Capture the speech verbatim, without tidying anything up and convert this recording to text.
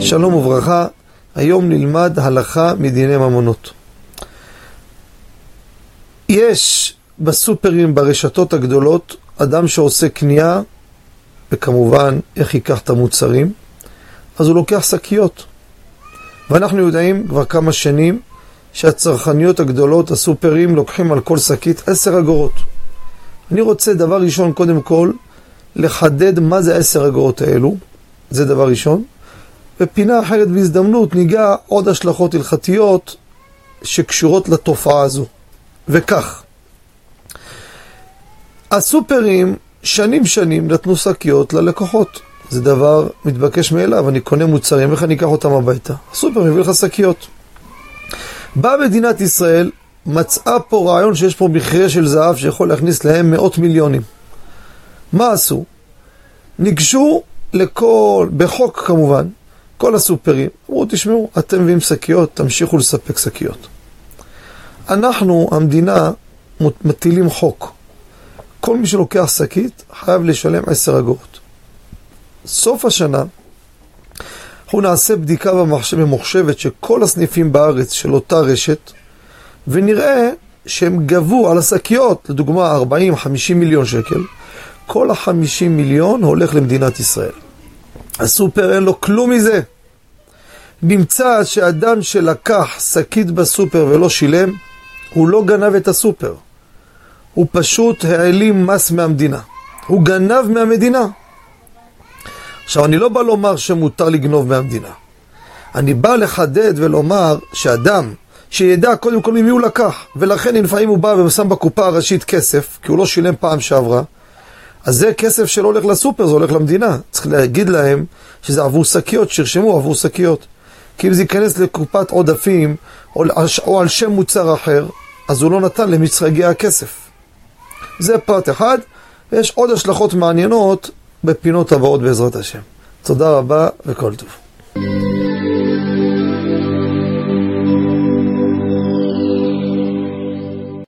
שלום וברכה, היום נלמד הלכה מדיני ממונות. יש בסופרים, ברשתות הגדולות, אדם שעושה קנייה, וכמובן איך ייקח את המוצרים, אז הוא לוקח שקיות. ואנחנו יודעים כבר כמה שנים שהצרכניות הגדולות, הסופרים, לוקחים על כל שקית עשר אגורות. אני רוצה דבר ראשון, קודם כל, לחדד מה זה עשר אגורות האלו, זה דבר ראשון. ופינה אחרת בהזדמנות ניגע עוד השלכות הלכתיות שקשורות לתופעה הזו. וכך, הסופרים שנים שנים נתנו שקיות ללקוחות. זה דבר מתבקש מאליו, אני קונה מוצרים, איך אני אקח אותם הביתה? הסופר מביא לך שקיות. באה מדינת ישראל, מצאה פה רעיון שיש פה מכרה של זהב שיכול להכניס להם מאות מיליונים. מה עשו? ניגשו לכל, בחוק כמובן, כל הסופרים, אמרו, תשמעו, אתם מביאים שקיות, תמשיכו לספק שקיות. אנחנו, המדינה, מטילים חוק. כל מי שלוקח שקית חייב לשלם עשר אגורות. סוף השנה, אנחנו נעשה בדיקה במחשבת שכל הסניפים בארץ של אותה רשת, ונראה שהם גבו על השקיות, לדוגמה ארבעים חמישים מיליון שקל, כל ה-חמישים מיליון הולך למדינת ישראל. הסופר אין לו כלום מזה. נמצא שאדם שלקח שקית בסופר ולא שילם, הוא לא גנב את הסופר. הוא פשוט העלים מס מהמדינה. הוא גנב מהמדינה. עכשיו, אני לא בא לומר שמותר לגנוב מהמדינה. אני בא לחדד ולומר שאדם שידע קודם כל ממי הוא לקח, ולכן לפעמים הוא בא ושם בקופה הראשית כסף, כי הוא לא שילם פעם שעברה, אז זה כסף שלא הולך לסופר, זה הולך למדינה. צריך להגיד להם שזה עבור שקיות, שרשמו עבור שקיות. כי אם זה ייכנס לקופת עודפים, או, או על שם מוצר אחר, אז הוא לא נתן למי צריך להגיע הכסף. זה פרט אחד, ויש עוד השלכות מעניינות בפינות הבאות בעזרת השם. תודה רבה וכל טוב.